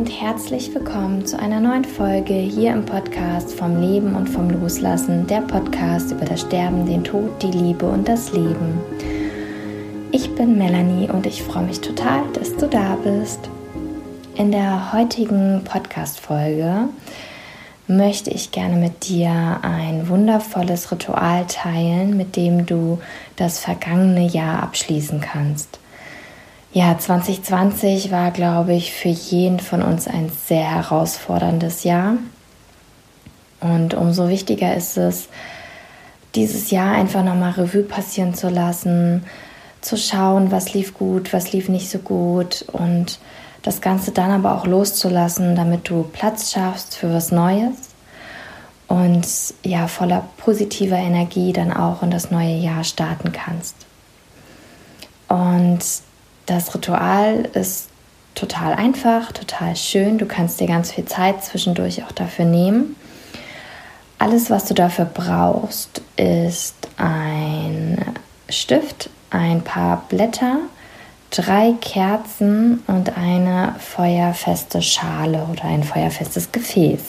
herzlich willkommen zu einer neuen Folge hier im Podcast vom Leben und vom Loslassen, der Podcast über das Sterben, den Tod, die Liebe und das Leben. Ich bin Melanie und ich freue mich total, dass du da bist. In der heutigen Podcast-Folge möchte ich gerne mit dir ein wundervolles Ritual teilen, mit dem du das vergangene Jahr abschließen kannst. Ja, 2020 war, glaube ich, für jeden von uns ein sehr herausforderndes Jahr. Und umso wichtiger ist es, dieses Jahr einfach nochmal Revue passieren zu lassen, zu schauen, was lief gut, was lief nicht so gut und das Ganze dann aber auch loszulassen, damit du Platz schaffst für was Neues und ja, voller positiver Energie dann auch in das neue Jahr starten kannst. Und das Ritual ist total einfach, total schön. Du kannst dir ganz viel Zeit zwischendurch auch dafür nehmen. Alles, was du dafür brauchst, ist ein Stift, ein paar Blätter, 3 Kerzen und eine feuerfeste Schale oder ein feuerfestes Gefäß.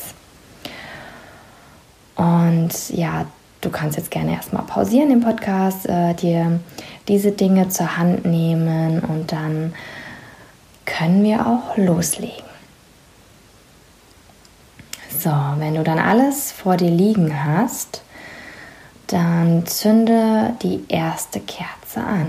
Und ja, du kannst jetzt gerne erstmal pausieren den Podcast, dir diese Dinge zur Hand nehmen und dann können wir auch loslegen. So, wenn du dann alles vor dir liegen hast, dann zünde die erste Kerze an.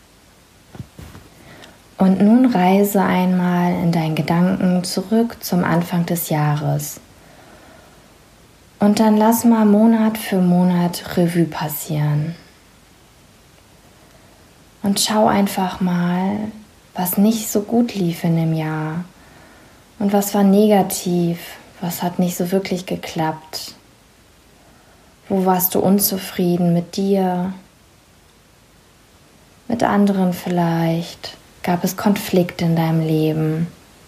Und nun reise einmal in deinen Gedanken zurück zum Anfang des Jahres. Und dann lass mal Monat für Monat Revue passieren. Und schau einfach mal, was nicht so gut lief in dem Jahr. Und was war negativ, was hat nicht so wirklich geklappt. Wo warst du unzufrieden mit dir, mit anderen vielleicht? Gab es Konflikte in deinem Leben?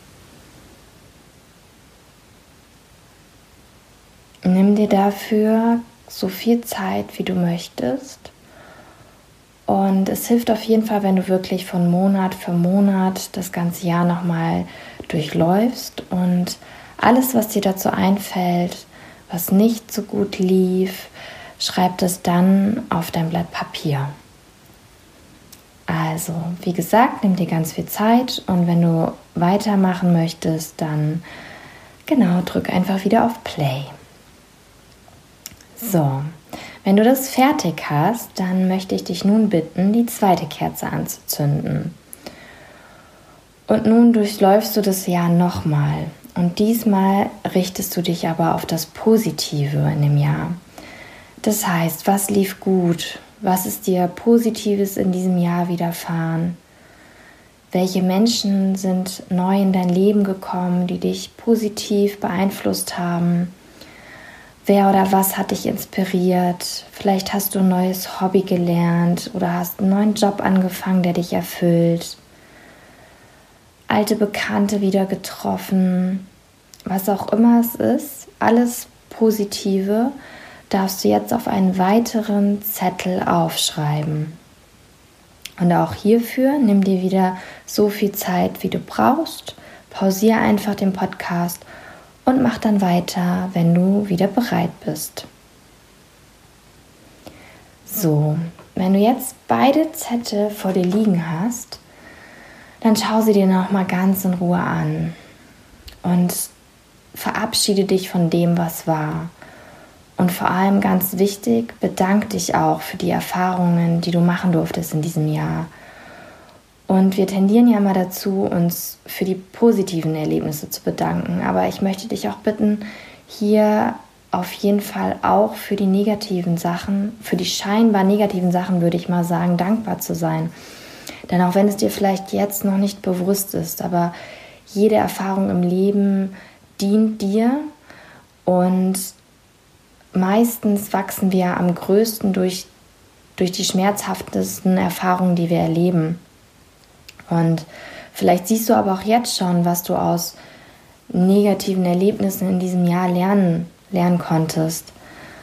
Nimm dir dafür so viel Zeit, wie du möchtest. Und es hilft auf jeden Fall, wenn du wirklich von Monat für Monat das ganze Jahr nochmal durchläufst und alles, was dir dazu einfällt, was nicht so gut lief, schreib das dann auf dein Blatt Papier. Also, wie gesagt, nimm dir ganz viel Zeit und wenn du weitermachen möchtest, dann drück einfach wieder auf Play. So, wenn du das fertig hast, dann möchte ich dich nun bitten, die zweite Kerze anzuzünden. Und nun durchläufst du das Jahr nochmal und diesmal richtest du dich aber auf das Positive in dem Jahr. Das heißt, was lief gut? Was ist dir Positives in diesem Jahr widerfahren? Welche Menschen sind neu in dein Leben gekommen, die dich positiv beeinflusst haben? Wer oder was hat dich inspiriert? Vielleicht hast du ein neues Hobby gelernt oder hast einen neuen Job angefangen, der dich erfüllt. Alte Bekannte wieder getroffen. Was auch immer es ist, alles Positive darfst du jetzt auf einen weiteren Zettel aufschreiben. Und auch hierfür nimm dir wieder so viel Zeit, wie du brauchst. Pausiere einfach den Podcast und mach dann weiter, wenn du wieder bereit bist. So, wenn du jetzt beide Zettel vor dir liegen hast, dann schau sie dir nochmal ganz in Ruhe an und verabschiede dich von dem, was war. Und vor allem ganz wichtig, bedank dich auch für die Erfahrungen, die du machen durftest in diesem Jahr. Und wir tendieren ja mal dazu, uns für die positiven Erlebnisse zu bedanken. Aber ich möchte dich auch bitten, hier auf jeden Fall auch für die negativen Sachen, für die scheinbar negativen Sachen, würde ich mal sagen, dankbar zu sein. Denn auch wenn es dir vielleicht jetzt noch nicht bewusst ist, aber jede Erfahrung im Leben dient dir und meistens wachsen wir am größten durch die schmerzhaftesten Erfahrungen, die wir erleben. Und vielleicht siehst du aber auch jetzt schon, was du aus negativen Erlebnissen in diesem Jahr lernen konntest.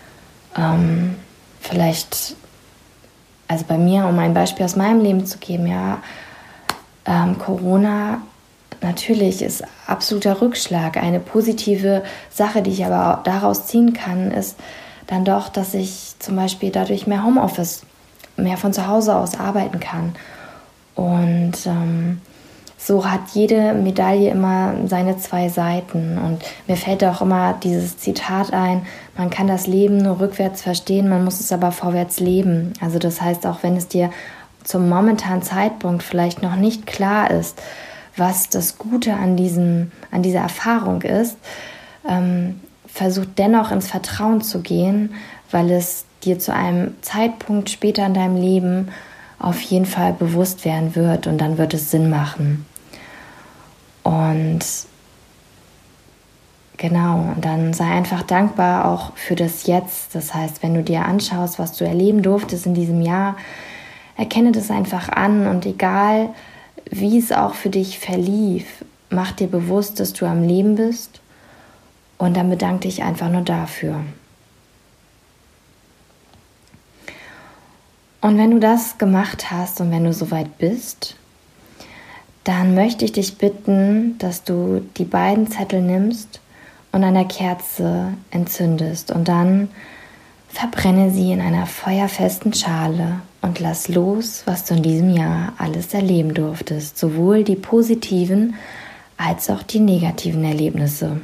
Vielleicht, also bei mir, um ein Beispiel aus meinem Leben zu geben, Corona natürlich ist absoluter Rückschlag. Eine positive Sache, die ich aber auch daraus ziehen kann, ist dann doch, dass ich zum Beispiel dadurch mehr Homeoffice, mehr von zu Hause aus arbeiten kann. Und so hat jede Medaille immer seine zwei Seiten. Und mir fällt auch immer dieses Zitat ein: Man kann das Leben nur rückwärts verstehen, man muss es aber vorwärts leben. Also das heißt, auch wenn es dir zum momentanen Zeitpunkt vielleicht noch nicht klar ist, was das Gute an dieser Erfahrung ist, versuch dennoch ins Vertrauen zu gehen, weil es dir zu einem Zeitpunkt später in deinem Leben auf jeden Fall bewusst werden wird und dann wird es Sinn machen. Und genau, und dann sei einfach dankbar auch für das Jetzt. Das heißt, wenn du dir anschaust, was du erleben durftest in diesem Jahr, erkenne das einfach an und egal, wie es auch für dich verlief, mach dir bewusst, dass du am Leben bist und dann bedanke dich einfach nur dafür. Und wenn du das gemacht hast und wenn du soweit bist, dann möchte ich dich bitten, dass du die beiden Zettel nimmst und an der Kerze entzündest und dann verbrenne sie in einer feuerfesten Schale und lass los, was du in diesem Jahr alles erleben durftest, sowohl die positiven als auch die negativen Erlebnisse.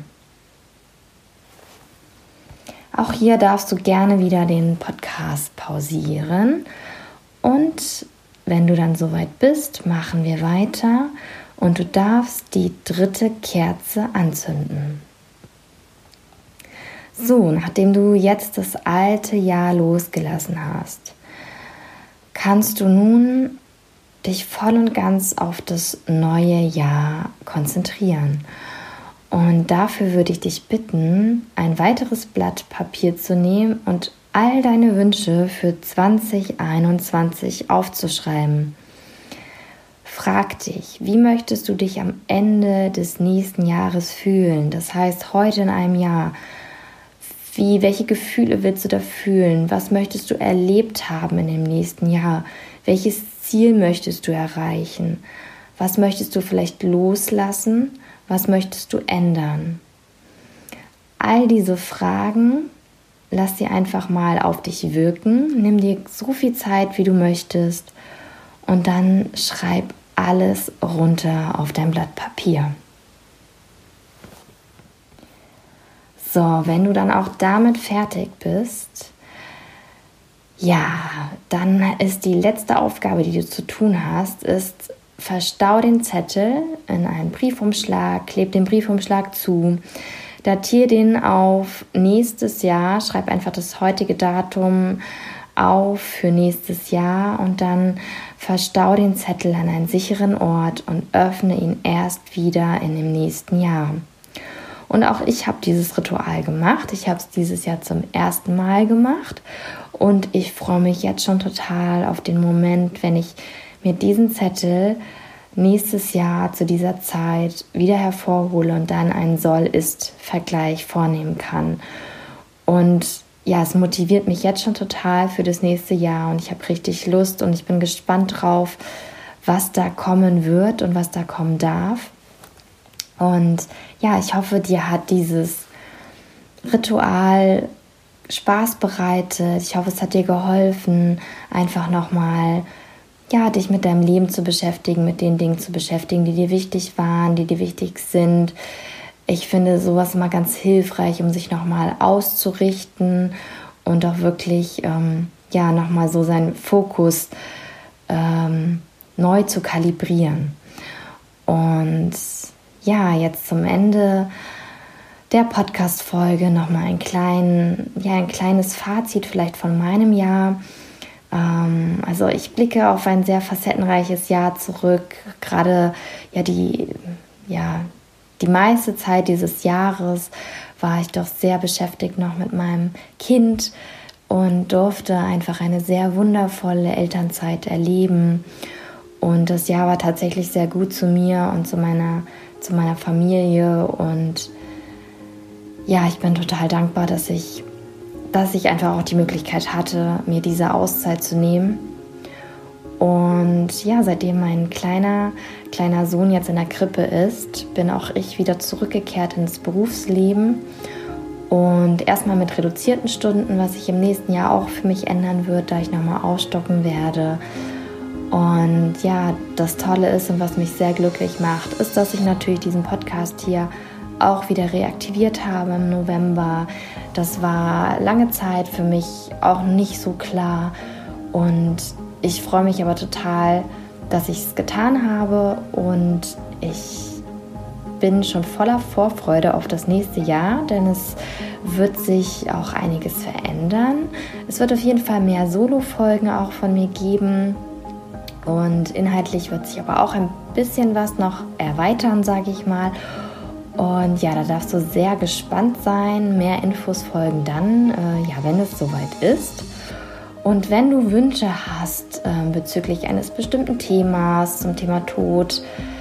Auch hier darfst du gerne wieder den Podcast pausieren und wenn du dann soweit bist, machen wir weiter und du darfst die dritte Kerze anzünden. So, nachdem du jetzt das alte Jahr losgelassen hast, kannst du nun dich voll und ganz auf das neue Jahr konzentrieren. Und dafür würde ich dich bitten, ein weiteres Blatt Papier zu nehmen und all deine Wünsche für 2021 aufzuschreiben. Frag dich, wie möchtest du dich am Ende des nächsten Jahres fühlen? Das heißt, heute in einem Jahr. Welche Gefühle willst du da fühlen? Was möchtest du erlebt haben in dem nächsten Jahr? Welches Ziel möchtest du erreichen? Was möchtest du vielleicht loslassen? Was möchtest du ändern? All diese Fragen, lass sie einfach mal auf dich wirken. Nimm dir so viel Zeit, wie du möchtest und dann schreib alles runter auf dein Blatt Papier. So, wenn du dann auch damit fertig bist, ja, dann ist die letzte Aufgabe, die du zu tun hast, ist, verstau den Zettel in einen Briefumschlag, kleb den Briefumschlag zu, datiere den auf nächstes Jahr, schreib einfach das heutige Datum auf für nächstes Jahr und dann verstau den Zettel an einen sicheren Ort und öffne ihn erst wieder in dem nächsten Jahr. Und auch ich habe dieses Ritual gemacht. Ich habe es dieses Jahr zum ersten Mal gemacht und ich freue mich jetzt schon total auf den Moment, wenn ich mir diesen Zettel nächstes Jahr zu dieser Zeit wieder hervorhole und dann einen Soll-Ist-Vergleich vornehmen kann. Und ja, es motiviert mich jetzt schon total für das nächste Jahr und ich habe richtig Lust und ich bin gespannt drauf, was da kommen wird und was da kommen darf. Und ja, ich hoffe, dir hat dieses Ritual Spaß bereitet. Ich hoffe, es hat dir geholfen, einfach nochmal dich mit deinem Leben zu beschäftigen, mit den Dingen zu beschäftigen, die dir wichtig waren, die dir wichtig sind. Ich finde sowas immer ganz hilfreich, um sich nochmal auszurichten und auch wirklich nochmal so seinen Fokus neu zu kalibrieren. Und ja, jetzt zum Ende der Podcast-Folge nochmal ein kleines Fazit vielleicht von meinem Jahr. Also ich blicke auf ein sehr facettenreiches Jahr zurück. Gerade die meiste Zeit dieses Jahres war ich doch sehr beschäftigt noch mit meinem Kind und durfte einfach eine sehr wundervolle Elternzeit erleben. Und das Jahr war tatsächlich sehr gut zu mir und zu meiner Familie. Und ja, ich bin total dankbar, dass ich einfach auch die Möglichkeit hatte, mir diese Auszeit zu nehmen. Und ja, seitdem mein kleiner Sohn jetzt in der Krippe ist, bin auch ich wieder zurückgekehrt ins Berufsleben. Und erstmal mit reduzierten Stunden, was sich im nächsten Jahr auch für mich ändern wird, da ich nochmal aufstocken werde. Und ja, das Tolle ist und was mich sehr glücklich macht, ist, dass ich natürlich diesen Podcast hier auch wieder reaktiviert habe im November. Das war lange Zeit für mich auch nicht so klar. Und ich freue mich aber total, dass ich es getan habe. Und ich bin schon voller Vorfreude auf das nächste Jahr, denn es wird sich auch einiges verändern. Es wird auf jeden Fall mehr Solo-Folgen auch von mir geben und inhaltlich wird sich aber auch ein bisschen was noch erweitern, sage ich mal. Und ja, da darfst du sehr gespannt sein. Mehr Infos folgen dann, wenn es soweit ist. Und wenn du Wünsche hast bezüglich eines bestimmten Themas zum Thema Tod,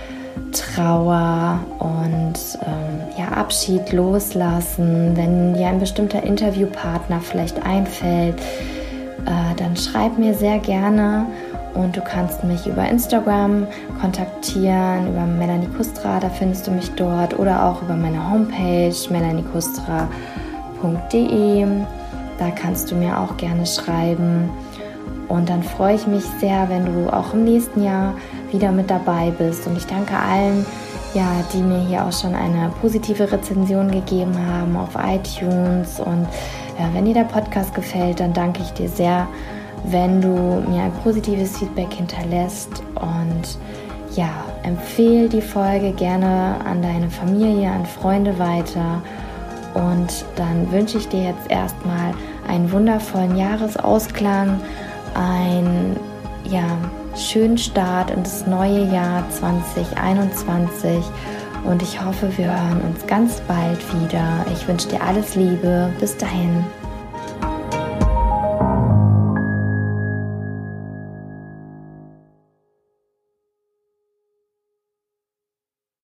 Trauer und Abschied, Loslassen, wenn dir ein bestimmter Interviewpartner vielleicht einfällt, dann schreib mir sehr gerne und du kannst mich über Instagram kontaktieren, über Melanie Kustra, da findest du mich dort, oder auch über meine Homepage melaniekustra.de, da kannst du mir auch gerne schreiben. Und dann freue ich mich sehr, wenn du auch im nächsten Jahr wieder mit dabei bist. Und ich danke allen, die mir hier auch schon eine positive Rezension gegeben haben auf iTunes. Und wenn dir der Podcast gefällt, dann danke ich dir sehr, wenn du mir ein positives Feedback hinterlässt. Und empfehle die Folge gerne an deine Familie, an Freunde weiter. Und dann wünsche ich dir jetzt erstmal einen wundervollen Jahresausklang, einen schönen Start in das neue Jahr 2021 und ich hoffe, wir hören uns ganz bald wieder. Ich wünsche dir alles Liebe. Bis dahin.